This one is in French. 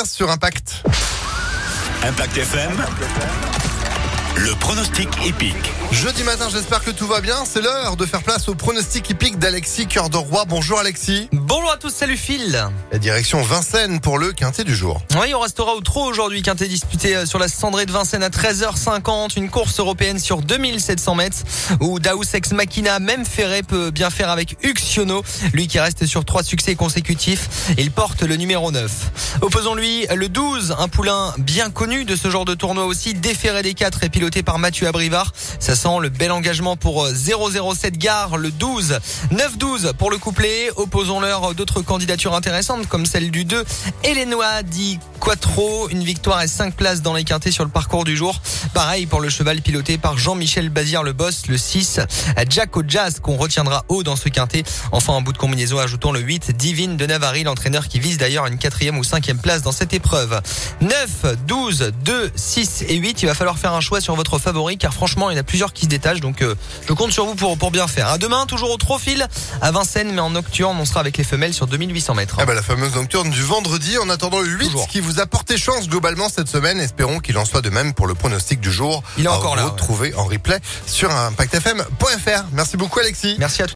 bien sur Impact. Impact FM, le pronostic épique. Jeudi matin, j'espère que tout va bien. C'est l'heure de faire place au pronostic épique d'Alexis Cœur de Roi. Bonjour Alexis. Bonjour à tous, salut Phil. La direction Vincennes pour le quintet du jour. Oui, on restera au trot aujourd'hui. Quintet disputé sur la cendrée de Vincennes à 13h50. Une course européenne sur 2700 mètres où Daous Ex Machina, même ferré, peut bien faire avec Uxiono. Lui qui reste sur 3 succès consécutifs. Il porte le numéro 9. Opposons-lui le 12, un poulain bien connu de ce genre de tournoi aussi. Déferré des 4 et piloté par Mathieu Abrivard. Ça sent le bel engagement pour 007 Gare, le 12. 9-12 pour le couplet. Opposons-leur d'autres candidatures intéressantes comme celle du 2. Elenoa di Quattro, une victoire et 5 places dans les quintets sur le parcours du jour. Pareil pour le cheval piloté par Jean-Michel Bazir le boss, le 6. Jacko Jazz qu'on retiendra haut dans ce quintet. Enfin en bout de combinaison, ajoutons le 8. Divine de Navarre, l'entraîneur qui vise d'ailleurs une 4e ou 5e place dans cette épreuve. 9, 12, 2, 6 et 8. Il va falloir faire un choix sur votre favori car franchement il y en a plusieurs qui se détachent, donc je compte sur vous pour bien faire. À demain, toujours au trot fil à Vincennes, mais en nocturne on sera avec les femelles sur 2800 mètres. La fameuse nocturne du vendredi. En attendant le 8 toujours, qui vous a porté chance globalement cette semaine. Espérons qu'il en soit de même pour le pronostic du jour. Il est encore là. Retrouvé en replay sur impactfm.fr. Merci beaucoup Alexis. Merci à tous.